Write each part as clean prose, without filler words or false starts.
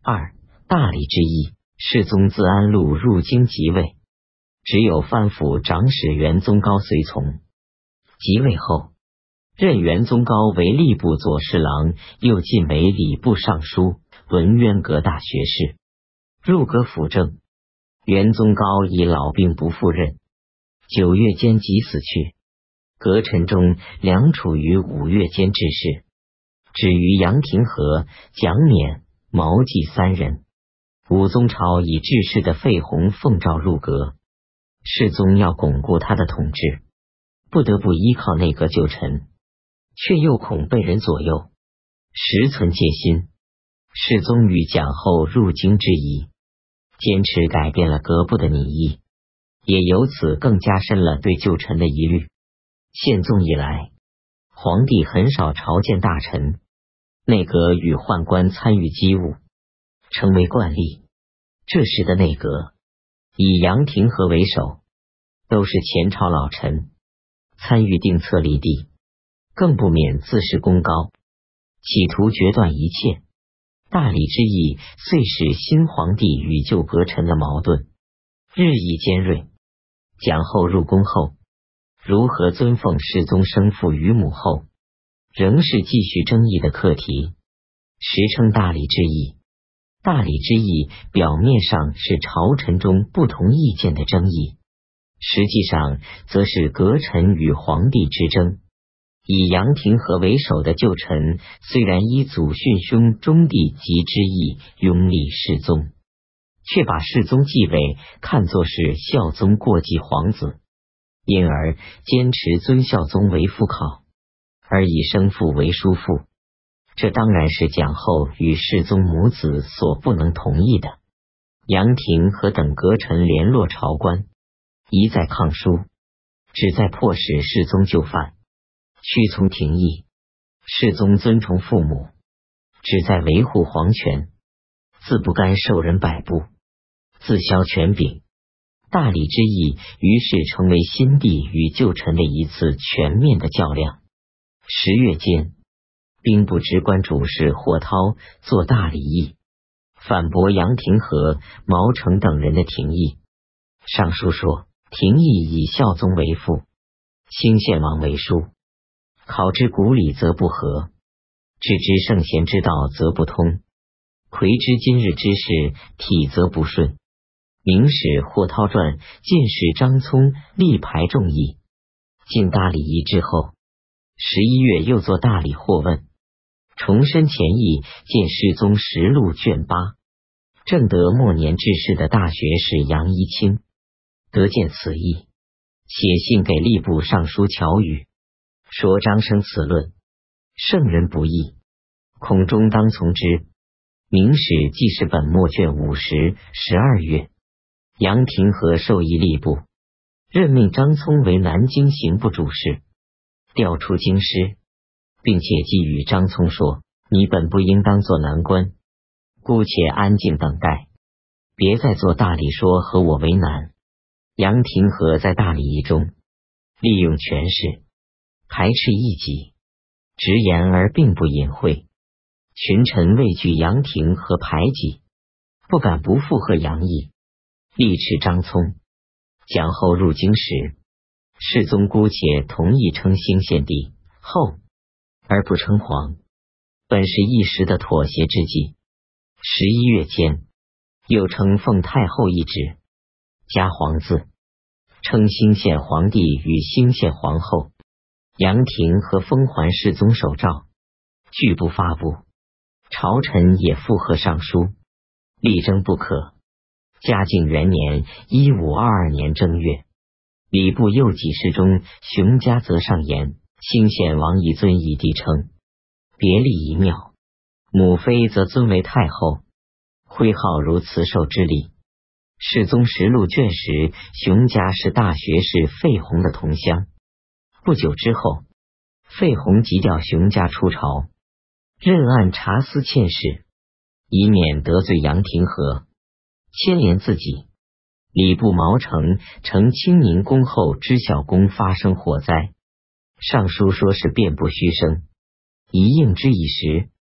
二、大理之役。世宗自安陆入京即位，只有藩府长史元宗高随从。即位后，任元宗高为吏部左侍郎，又晋为礼部尚书、文渊阁大学士。入阁辅政，元宗高以老病不复任，9月间即死去。阁臣中梁处于5月间致仕，至于杨廷和、蒋冕、毛季3人。武宗朝以致仕的费宏奉诏入阁，世宗要巩固他的统治，不得不依靠内阁旧臣，却又恐被人左右，实存戒心。世宗与蒋后入京之疑，坚持改变了阁部的拟议，也由此更加深了对旧臣的疑虑。宪宗以来，皇帝很少朝见大臣，内阁与宦官参与机务，成为惯例。这时的内阁以杨廷和为首，都是前朝老臣，参与定策立地，更不免自视功高，企图决断一切。大理之役遂使新皇帝与旧阁臣的矛盾日益尖锐。蒋后入宫后，如何尊奉世宗生父与母后，仍是继续争议的课题，时称大理之役。大理之役表面上是朝臣中不同意见的争议，实际上则是阁臣与皇帝之争。以杨廷和为首的旧臣虽然依祖训兄中帝及之意拥立世宗，却把世宗继位看作是孝宗过继皇子，因而坚持尊孝宗为父考，而以生父为叔父。这当然是蒋后与世宗母子所不能同意的。杨廷和等阁臣联络朝官，一再抗书，旨在迫使世宗就范，屈从廷议。世宗尊崇父母，旨在维护皇权，自不甘受人摆布，自削权柄。大理之役于是成为新帝与旧臣的一次全面的较量。10月间，兵部直官主事霍涛作大理议，反驳杨廷和、毛成等人的廷议。上书说，廷议以孝宗为父，兴献王为叔，考之古礼则不合，致之圣贤之道则不通，魁之今日之事体则不顺。明史霍涛传进士张聪力排众议。进大理议之后，11月又作大理惑问，重申前意，见世宗实录卷8。正德末年致仕的大学士杨一清得见此意，写信给吏部尚书乔宇，说张生此论，圣人不义，孔中当从之。明史记事本末卷50 12月，杨廷和授意吏部，任命张聪为南京刑部主事，调出京师，并且寄语张聪说，你本不应当做南官，姑且安静等待，别再做大理说和我为难。杨廷和在大理议中利用权势排斥异己，直言而并不隐晦，群臣畏惧杨廷和排挤，不敢不附和杨毅，力斥张聪。蒋后入京时，世宗姑且同意称兴献帝后，而不称皇，本是一时的妥协之计。11月间，又称奉太后一旨，加皇字，称兴献皇帝与兴献皇后。杨廷和封还世宗手诏，拒不发布。朝臣也附和上书，力争不可。嘉靖元年1522年正月，礼部右给事中熊嘉则上言，兴献王以尊以帝称，别立一庙，母妃则尊为太后，徽号如慈寿之礼。世宗实录卷10，熊嘉是大学士费宏的同乡。不久之后，费宏急调熊嘉出朝，任按察司佥事，以免得罪杨廷和，牵连自己。礼部毛成承清宁宫后知晓宫发生火灾，上书说是遍布虚声，一应之以时。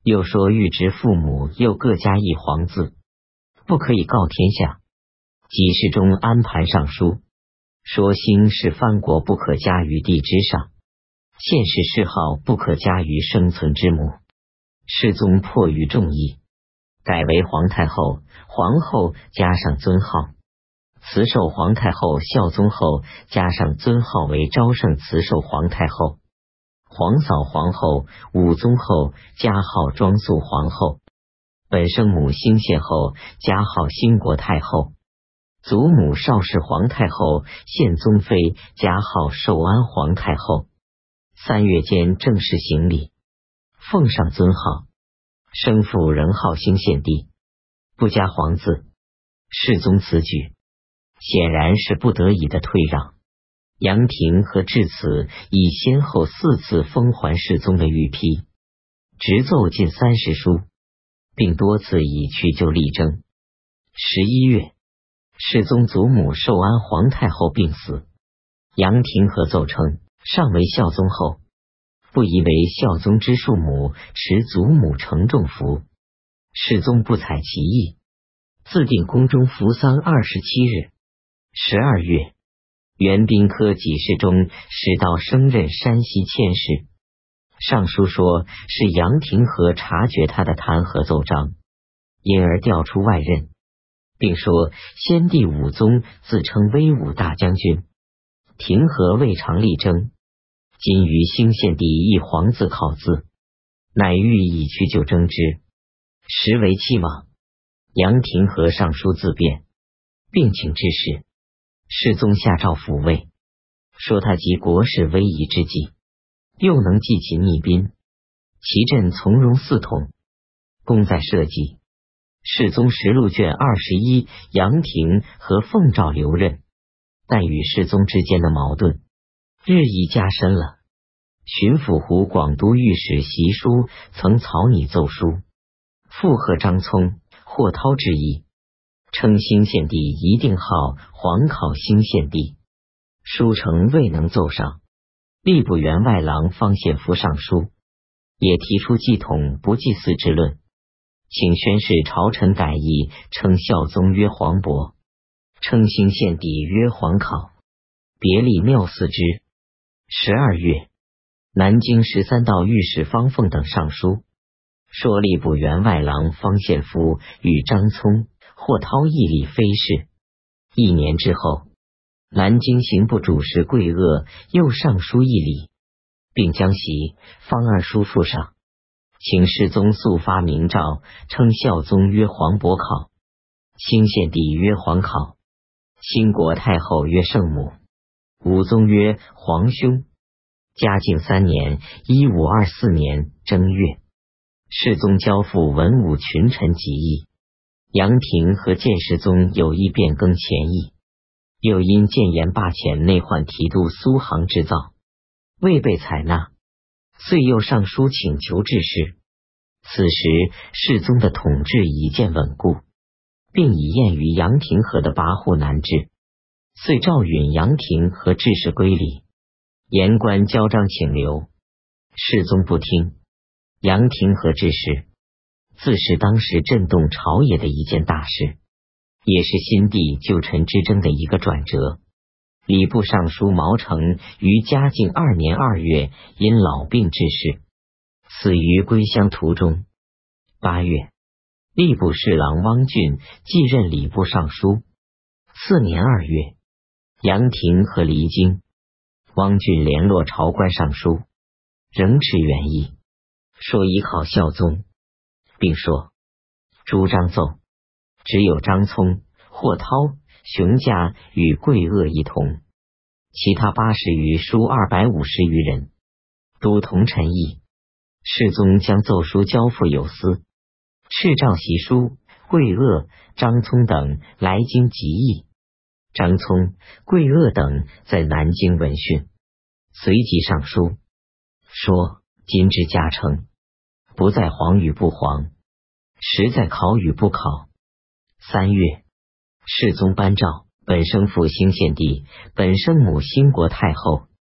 又说欲执父母又各加一皇字，不可以告天下。己世中安盘上书，说兴是藩国不可加于地之上，县市谥号不可加于生存之母。世宗迫于众议，改为皇太后、皇后加上尊号，慈寿皇太后、孝宗后加上尊号为昭圣慈寿皇太后，皇嫂皇后、武宗后加号庄肃皇后，本生母兴献后加号兴国太后，祖母邵氏皇太后、宪宗妃加号寿安皇太后。3月间正式行礼，奉上尊号，生父仍号兴献帝，不加皇字。世宗此举显然是不得已的退让。杨廷和至此已先后4次封还世宗的御批，直奏近30书，并多次以去就力争。11月，世宗祖母寿安皇太后病死，杨廷和奏称上为孝宗后，不宜为孝宗之庶母持祖母承重服。世宗不采其意，自定宫中服丧27日。12月，元兵科给事中使道升任山西佥事。上书说是杨廷和察觉他的弹劾奏章，因而调出外任，并说先帝武宗自称威武大将军，廷和未尝力争，今于兴献帝一皇字考字，乃欲以去就争之，实为欺罔。杨廷和上书自辩，并请致仕。世宗下诏抚慰，说他集国事威仪之计，又能济其逆宾，其朕从容嗣统，功在社稷。世宗实录卷21，杨廷和奉诏留任，但与世宗之间的矛盾日益加深了。巡抚湖广都御史习书曾草拟奏书，附和张聪、霍涛之意，称兴献帝一定号皇考兴献帝。书呈未能奏上，吏部员外郎方献夫上书，也提出祭统不祭祀之论，请宣示朝臣改易，称孝宗曰皇伯，称兴献帝曰皇考，别立庙祀之。12月，南京13道御史方凤等上书，说吏部员外郎方献夫与张聪、霍涛议立非事。1年之后，南京刑部主事桂萼又上书议礼，并将其方二书附上，请世宗速发明诏，称孝宗曰皇伯考，兴献帝曰皇考，兴国太后曰圣母，武宗曰皇兄。嘉靖3年1524年正月，世宗交付文武群臣集议。杨廷和建世宗有意变更前意，又因谏言罢遣内宦提督苏杭之造，未被采纳，遂又上书请求致仕。此时世宗的统治已见稳固，并已厌于杨廷和的跋扈难治，遂诏允杨廷和致仕归里，言官交章请留。世宗不听，杨廷和致仕，自是当时震动朝野的一件大事，也是新帝旧臣之争的一个转折。礼部尚书毛成于嘉靖2年2月因老病致仕，死于归乡途中。8月，吏部侍郎汪俊继任礼部尚书。4年2月，杨廷和离京，汪俊联络朝官上书，仍持原意，说依靠孝宗，并说朱张奏只有张聪、霍涛、熊家与桂萼一同，其他80余书250余人都同陈意。世宗将奏书交付有司，敕诏习书、桂萼、张聪等来京集议。张聪、桂萼等在南京闻讯，随即上书说：今之加称，不在皇与不皇，实在考与不考。3月，世宗颁诏，本生父兴献帝，本生母兴国太后，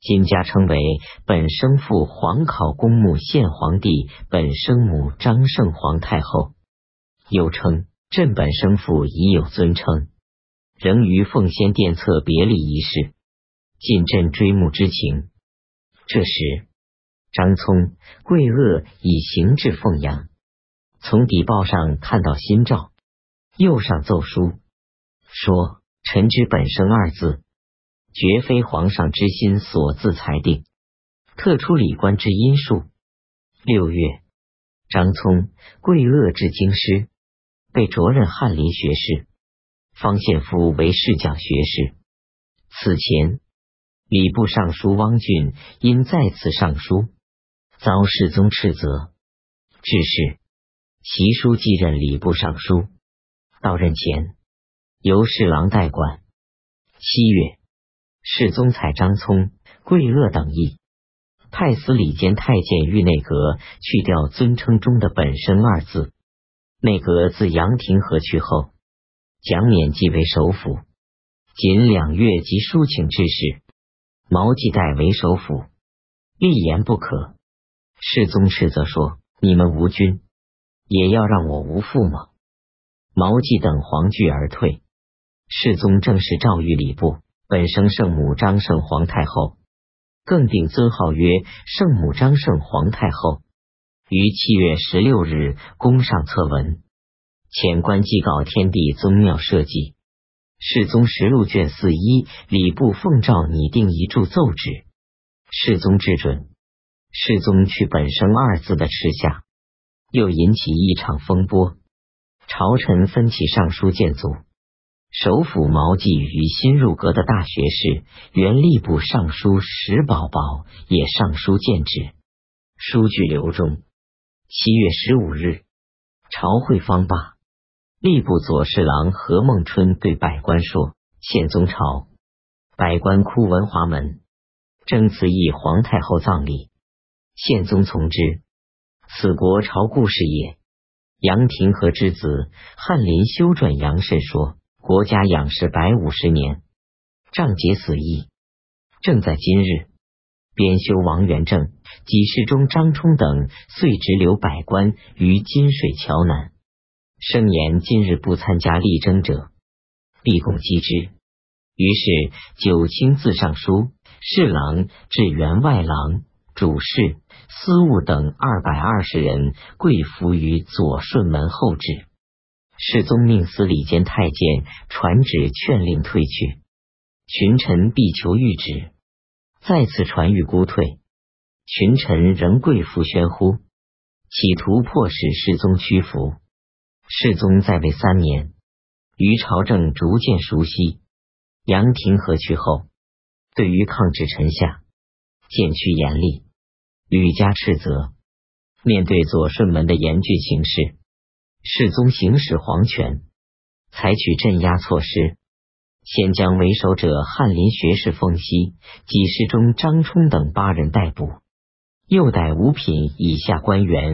今家称为本生父皇考公墓献皇帝本生母张圣皇太后，又称朕本生父已有尊称，仍于奉先殿侧别立仪式，尽朕追慕之情。这时张聪、桂萼已行至凤阳，从邸报上看到新诏，右上奏书说：“臣之本生二字，绝非皇上之心所自裁定，特出礼官之因数。6月，张聪、桂萼至京师，被擢任翰林学士，方献夫为侍讲学士。此前，礼部尚书汪俊因在此上书，遭世宗斥责，致仕，其书继任礼部尚书。到任前，由侍郎代管。7月，世宗采张聪、桂萼等意，派司礼监太监御内阁去掉尊称中的本生二字。内阁自杨廷和去后，蒋勉继为首辅，仅2月即抒请致仕，毛继代为首辅，立言不可。世宗斥责说：“你们无君，也要让我无父吗？”毛继等惶惧而退。世宗正式诏谕礼部本生圣母张圣皇太后，更定尊号曰圣母张圣皇太后。于7月16日公上册文，遣官祭告天地宗庙社稷。世宗实录卷41，礼部奉诏拟定遗著奏旨，世宗制准。世宗去本生二字的斥下，又引起一场风波。朝臣分起上书谏阻，首辅毛继与新入阁的大学士原吏部尚书石宝宝也上书谏旨，书据留中。7月15日，朝会方罢，吏部左侍郎何孟春对百官说：“宪宗朝，百官哭文华门，征辞议皇太后葬礼，宪宗从之，此国朝故事也。”杨廷和之子翰林修撰杨慎说：“国家养士150年，仗节死义，正在今日。”编修王元正、给事中张冲等遂直留百官于金水桥南，声言今日不参加力争者，必共击之。于是九卿自尚书、侍郎至员外郎、主事、司务等220人跪伏于左顺门后旨。世宗命司礼监太监传旨劝令退去，群臣必求谕旨。再次传谕孤退，群臣仍跪伏宣呼，企图迫使世宗屈服。世宗在位3年，于朝政逐渐熟悉。杨廷和去后，对于抗旨臣下，渐趋严厉，屡加斥责。面对左顺门的严峻形势，世宗行使皇权，采取镇压措施，先将为首者翰林学士凤熙、给事中张冲等8人逮捕，又逮5品以下官员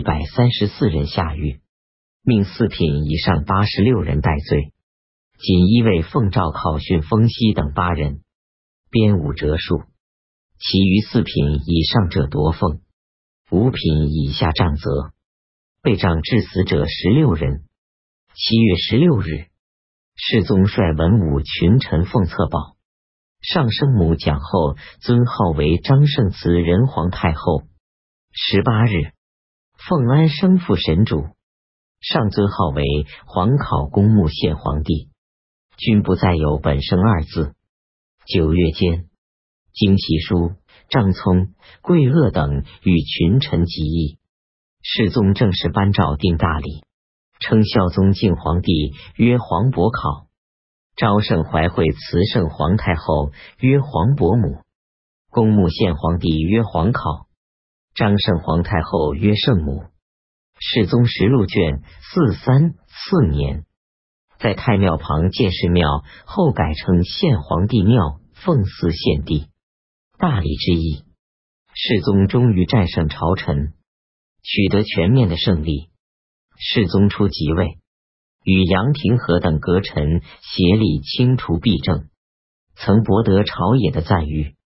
134人下狱，命4品以上86人戴罪，仅1位奉诏考讯凤熙等8人，编5折数，其余4品以上者夺俸，5品以下杖责，被杖致死者16人。7月16日，世宗率文武群臣奉册宝，上圣母蒋后尊号为张圣慈仁皇太后。18日，奉安生父神主，上尊号为皇考公墓献皇帝，均不再有本生二字。9月间，经其书，张聪、桂萼等与群臣集议，世宗正式颁诏定大礼，称孝宗敬皇帝曰皇伯考，昭圣怀惠慈圣皇太后曰皇伯母，公墓献皇帝曰皇考，张圣皇太后曰圣母。世宗实录卷434年，在太庙旁建世庙，后改称献皇帝庙，奉祀献帝。大礼之意，世宗终于战胜朝臣，取得全面的胜利。世宗初即位，与杨廷和等阁臣协力清除弊政，曾博得朝野的赞誉。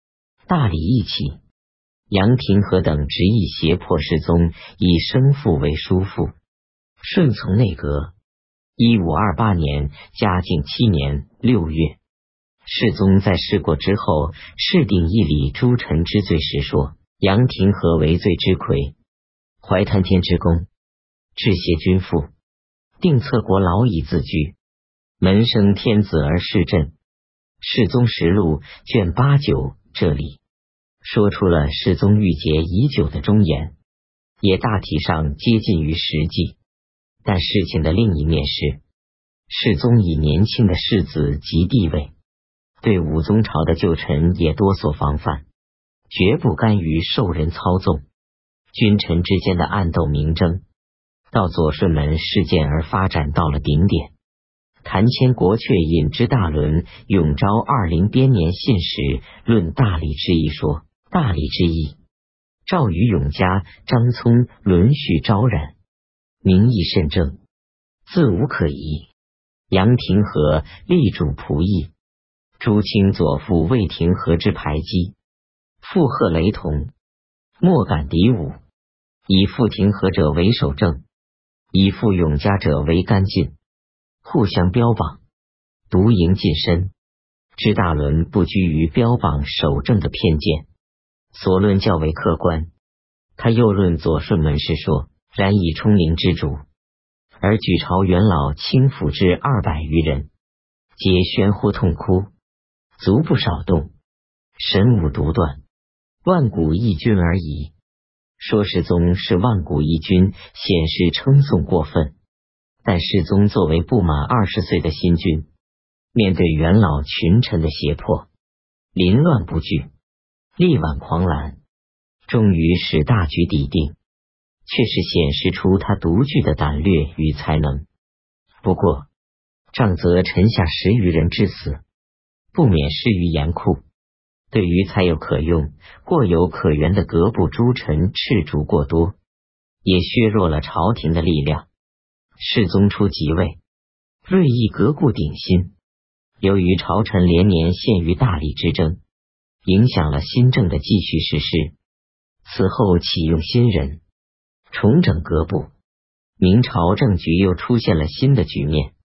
大理一起，杨廷和等执意胁迫世宗以生父为叔父，顺从内阁。1528年嘉靖7年6月，世宗在事过之后，敕定议理诸臣之罪时说：杨廷和为罪之魁，怀贪天之功，致挟君父，定策国劳以自居，门生天子而事朕。世宗实录卷89这里说出了世宗郁结已久的忠言，也大体上接近于实际。但事情的另一面是，世宗以年轻的世子及地位，对武宗朝的旧臣也多所防范，绝不甘于受人操纵。君臣之间的暗斗明争，到左顺门事件而发展到了顶点。谭谦国阙引之大伦永昭20编年信时论大理之意说：大理之意，赵于永嘉、张聪轮序昭然，名义甚正，自无可疑。杨廷和力主仆役，朱清左父魏廷和之排击，附和雷同，莫敢敌伍。以附廷和者为守正，以附永嘉者为干进，互相标榜，独赢近身。知大伦不拘于标榜守正的偏见，所论较为客观。他又论左顺门事说：然以冲灵之主，而举朝元老轻抚之200余人，皆喧呼痛哭，足不少动，神武独断，万古一君而已。说世宗是万古一君，显示称颂过分。但世宗作为不满20岁的新君，面对元老群臣的胁迫，临乱不惧，力挽狂澜，终于使大局底定，确实显示出他独具的胆略与才能。不过杖责臣下10余人之死，不免失于严酷，对于才有可用、过有可原的阁部诸臣斥逐过多，也削弱了朝廷的力量。世宗初即位，锐意革故鼎新，由于朝臣连年陷于大理之争，影响了新政的继续实施。此后启用新人，重整阁部，明朝政局又出现了新的局面。